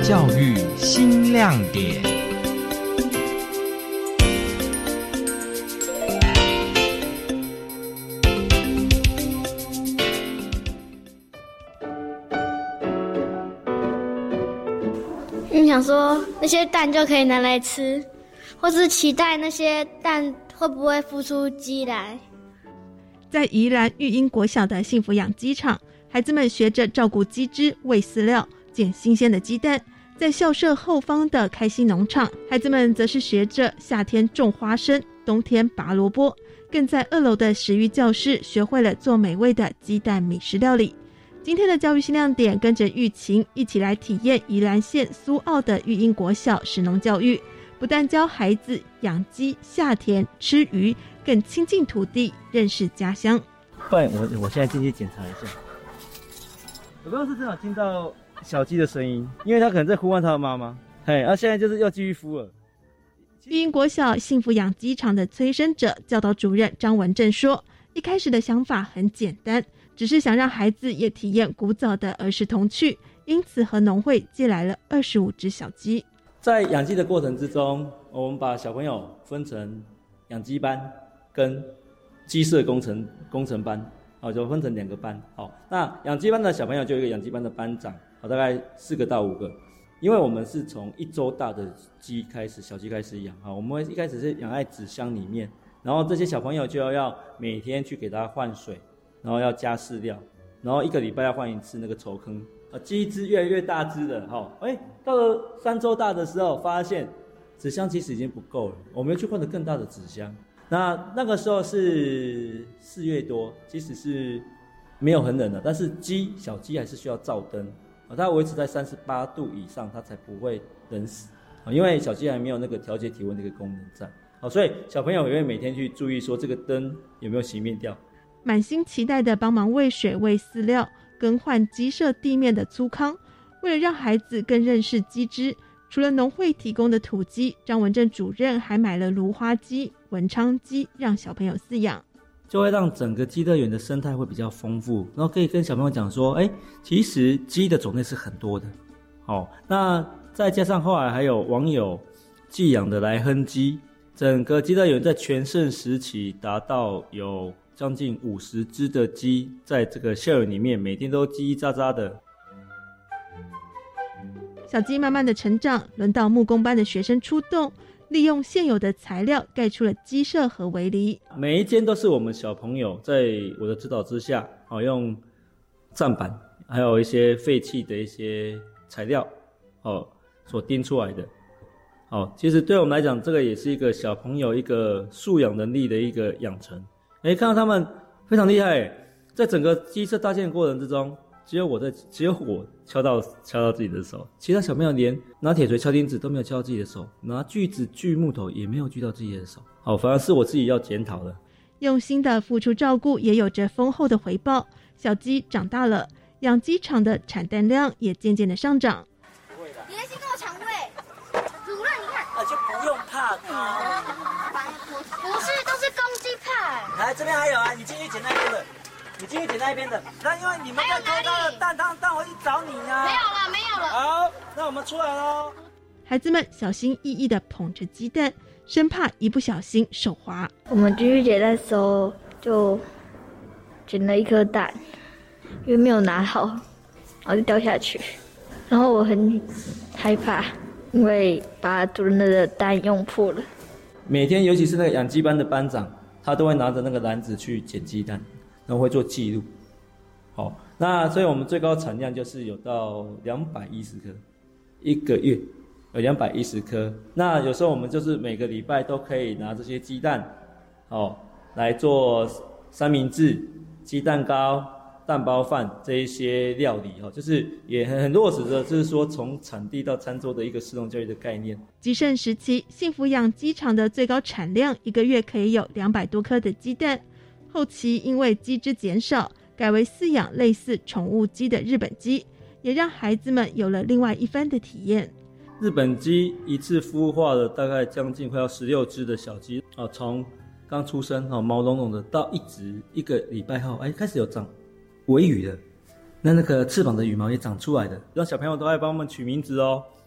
教育新亮点。 想说那些蛋就可以拿来吃，或是期待那些蛋会不会孵出鸡来。 在宜兰育英国小的幸福养鸡场，孩子们学着照顾鸡只、喂饲料、捡新鲜的鸡蛋。在校舍后方的开心农场，孩子们则是学着夏天种花生，冬天拔萝卜，更在2楼的食育教室学会了做美味的鸡蛋米食料理。今天的教育新亮点，跟着玉琴一起来体验宜兰县苏澳的育英国小食农教育，不但教孩子养鸡、下田、吃鱼，更亲近土地，认识家乡。 不然我现在进去检查一下。我刚刚是正好听到小鸡的声音，因为他可能在呼唤他的妈妈。现在就是要继续孵了。 育英国小幸福养鸡场的催生者教导主任张文正说，一开始的想法很简单，只是想让孩子也体验古早的儿时童趣，因此和农会借来了25只小鸡。 在养鸡的过程之中，我们把小朋友分成养鸡班跟鸡舍工程班，就分成2个班。那养鸡班的小朋友就有一个养鸡班的班长，大概4个到5个。因为我们是从1周大的鸡开始，小鸡开始养，我们一开始是养在纸箱里面，然后这些小朋友就要每天去给它换水，然后要加饲料，然后1个礼拜要换1次那个稠坑。鸡只越来越大只的，到了3周大的时候，发现纸箱其实已经不够了，我们又去换了更大的纸箱。那个时候是4月多，其实是没有很冷的，但是小鸡还是需要照灯，它维持在38度以上，它才不会冷死，因为小鸡还没有那个调节体温的一个功能在。所以小朋友也会每天去注意说这个灯有没有熄灭掉。 满心期待的帮忙喂水、喂饲料、更换鸡舍地面的粗糠。为了让孩子更认识鸡只，除了农会提供的土鸡，张文正主任还买了芦花鸡、文昌鸡，让小朋友饲养， 就会让整个鸡乐园的生态会比较丰富，然后可以跟小朋友讲说，其实鸡的种类是很多的。那再加上后来还有网友寄养的来亨鸡，整个鸡乐园在全盛时期达到有将近50只的鸡在这个校园里面，每天都叽叽喳喳的。 小鸡慢慢的成长，轮到木工班的学生出动，利用现有的材料盖出了鸡舍和围篱。 每一间都是我们小朋友在我的指导之下，用站板还有一些废弃的一些材料所钉出来的。其实对我们来讲，这个也是一个小朋友一个素养能力的一个养成。看到他们非常厉害，在整个鸡舍搭建的过程之中，只有我敲到自己的手，其他小朋友连拿铁锤敲钉子都没有敲到自己的手，拿锯子锯木头也没有锯到自己的手。反而是我自己要检讨了。 用心的付出照顾也有着丰厚的回报，小鸡长大了，养鸡场的产蛋量也渐渐的上涨。 你先跟我抢位，主任你看， 就不用怕它。 不是，都是公鸡派。 来，这边还有啊，你进去捡那边的，那因为你们在偷它的蛋回去找你啊。 没有了。 好，那我们出来咯。 孩子们小心翼翼地捧着鸡蛋，生怕一不小心手滑。 我们继续捡的时候就捡了1颗蛋，因为没有拿好，然后就掉下去。然后我很害怕，因为把主任的蛋用破了。 每天尤其是那个养鸡班的班长，他都会拿着那个篮子去捡鸡蛋，然后会做记录。那所以我们最高产量就是有到210颗，1个月有210颗。那有时候我们就是每个礼拜都可以拿这些鸡蛋，来做三明治、鸡蛋糕、蛋包饭这一些料理，就是也很落实的，就是说从产地到餐桌的一个食农教育的概念。 鸡盛时期，幸福养鸡场的最高产量1个月可以有200多颗的鸡蛋，后期因为鸡只减少，改为饲养类似宠物鸡的日本鸡，也让孩子们有了另外一番的体验。 日本鸡一次孵化了大概将近快要16只的小鸡，从刚出生毛茸茸的到一直1个礼拜后，开始有长尾羽的，那个翅膀的羽毛也长出来的，让小朋友都爱帮我们取名字哦。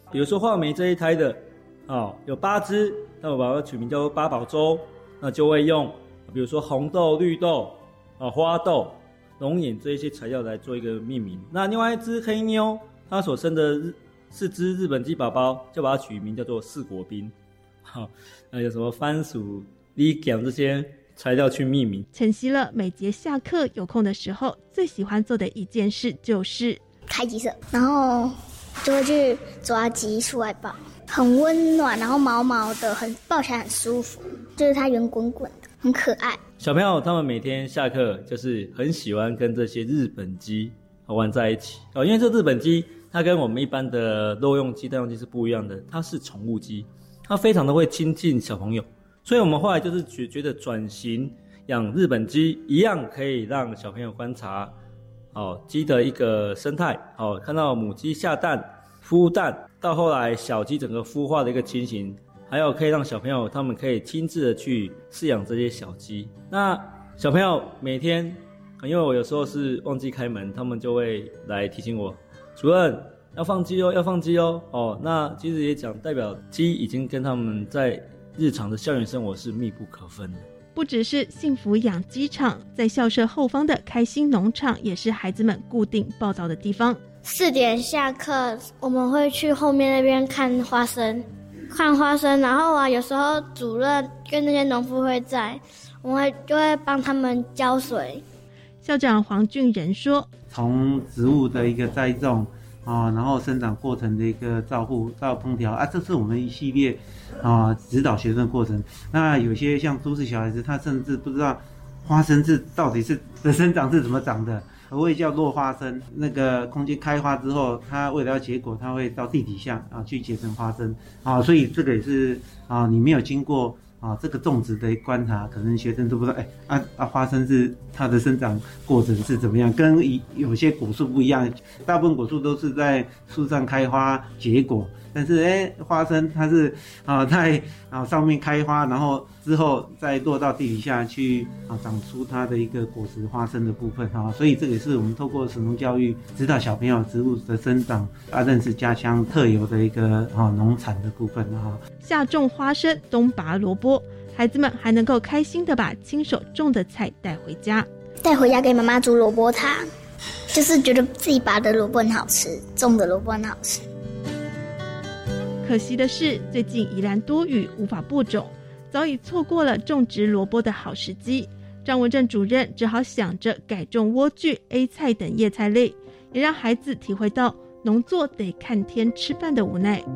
比如说画眉这一胎的有8只，那我把它取名叫做八宝粥，那就会用比如说红豆、绿豆花豆、龙眼这一些材料来做一个命名。那另外一只黑妞，它所生的4只日本鸡宝宝，就把它取名叫做四果冰。有什么番薯、李姜这些材料去命名。 晨曦乐每节下课有空的时候，最喜欢做的一件事就是开鸡舍，然后就会去抓鸡出来抱，很温暖，然后毛毛的，抱起来很舒服，就是它圆滚滚的，很可爱。 小朋友他们每天下课就是很喜欢跟这些日本鸡玩在一起因为这日本鸡它跟我们一般的肉用鸡、蛋用鸡是不一样的，它是宠物鸡，它非常的会亲近小朋友，所以我们后来就是觉得转型养日本鸡一样可以让小朋友观察鸡的一个生态看到母鸡下蛋、孵蛋，到后来小鸡整个孵化的一个情形，还有可以让小朋友他们可以亲自的去饲养这些小鸡。那小朋友每天因为我有时候是忘记开门，他们就会来提醒我，主任要放鸡哦，要放鸡哦。那其实也讲代表鸡已经跟他们在日常的校园生活是密不可分的。 不只是幸福养鸡场，在校舍后方的开心农场也是孩子们固定报到的地方。 4点下课，我们会去后面那边看花生，然后有时候主任跟那些农夫会在，我们就会帮他们浇水。 校长黄俊仁说， 从植物的一个栽种然后生长过程的一个照护到烹调这是我们一系列指导学生的过程。那有些像都市小孩子，他甚至不知道花生是到底是的生长是怎么长的，何谓叫落花生？那个空间开花之后，它为了要结果，它会到地底下去结成花生所以这个也是你没有经过这个种植的观察，可能学生都不知道花生是它的生长过程是怎么样，跟有些果树不一样，大部分果树都是在树上开花结果，但是花生它是在上面开花，然后之后再落到地底下去长出它的一个果实花生的部分所以这个也是我们透过食农教育指导小朋友植物的生长认识家乡特有的一个农产的部分夏种花生，冬拔萝卜，孩子们还能够开心的把亲手种的菜带回家给妈妈煮萝卜汤，就是觉得自己拔的萝卜很好吃，种的萝卜很好吃。 可惜的是，最近宜兰多雨，无法播种，早已错过了种植萝卜的好时机。张文正主任只好想着改种莴苣、A 菜等叶菜类，也让孩子体会到农作得看天吃饭的无奈。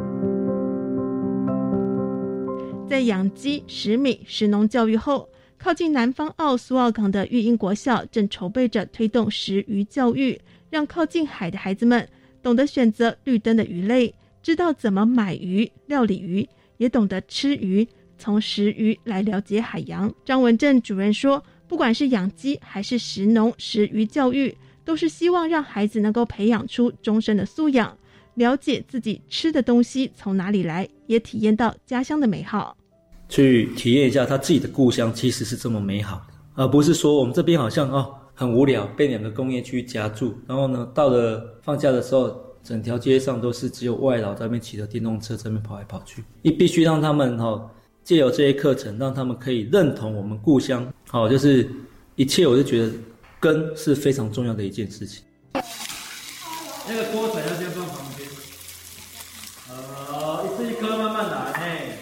在养鸡、食米、食农教育后，靠近南方澳苏澳港的育英国小正筹备着推动食鱼教育，让靠近海的孩子们懂得选择绿灯的鱼类，知道怎么买鱼、料理鱼，也懂得吃鱼，从食鱼来了解海洋。张文正主任说，不管是养鸡还是食农、食鱼教育，都是希望让孩子能够培养出终身的素养，了解自己吃的东西从哪里来，也体验到家乡的美好， 去体验一下他自己的故乡其实是这么美好的，而不是说我们这边好像很无聊，被2个工业区夹住，然后呢到了放假的时候，整条街上都是只有外劳在那边骑着电动车在那边跑来跑去。你必须让他们借由这些课程，让他们可以认同我们故乡就是一切，我就觉得根是非常重要的一件事情。那个锅铲要先放旁边，一次一颗慢慢来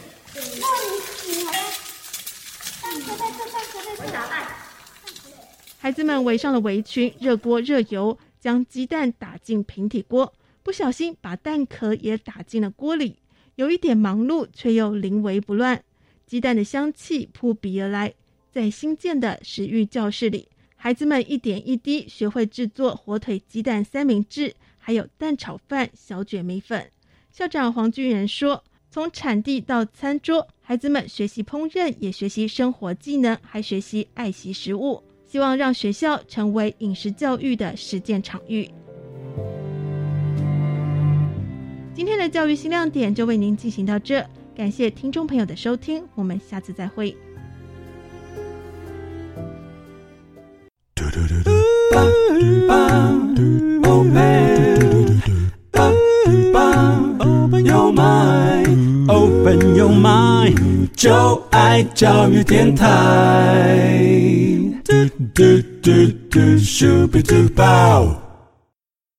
孩子们围上了围裙，热锅热油，将鸡蛋打进平底锅，不小心把蛋壳也打进了锅里，有一点忙碌，却又临危不乱。鸡蛋的香气扑鼻而来，在新建的食育教室里，孩子们一点一滴学会制作火腿鸡蛋三明治，还有蛋炒饭、小卷米粉。校长黄俊仁说，从产地到餐桌，孩子们学习烹饪，也学习生活技能，还学习爱惜食物，希望让学校成为饮食教育的实践场域。今天的教育新亮点就为您进行到这，感谢听众朋友的收听，我们下次再会。 Oh, 爱，就爱教育电台。嘟嘟嘟嘟，咻比嘟爆。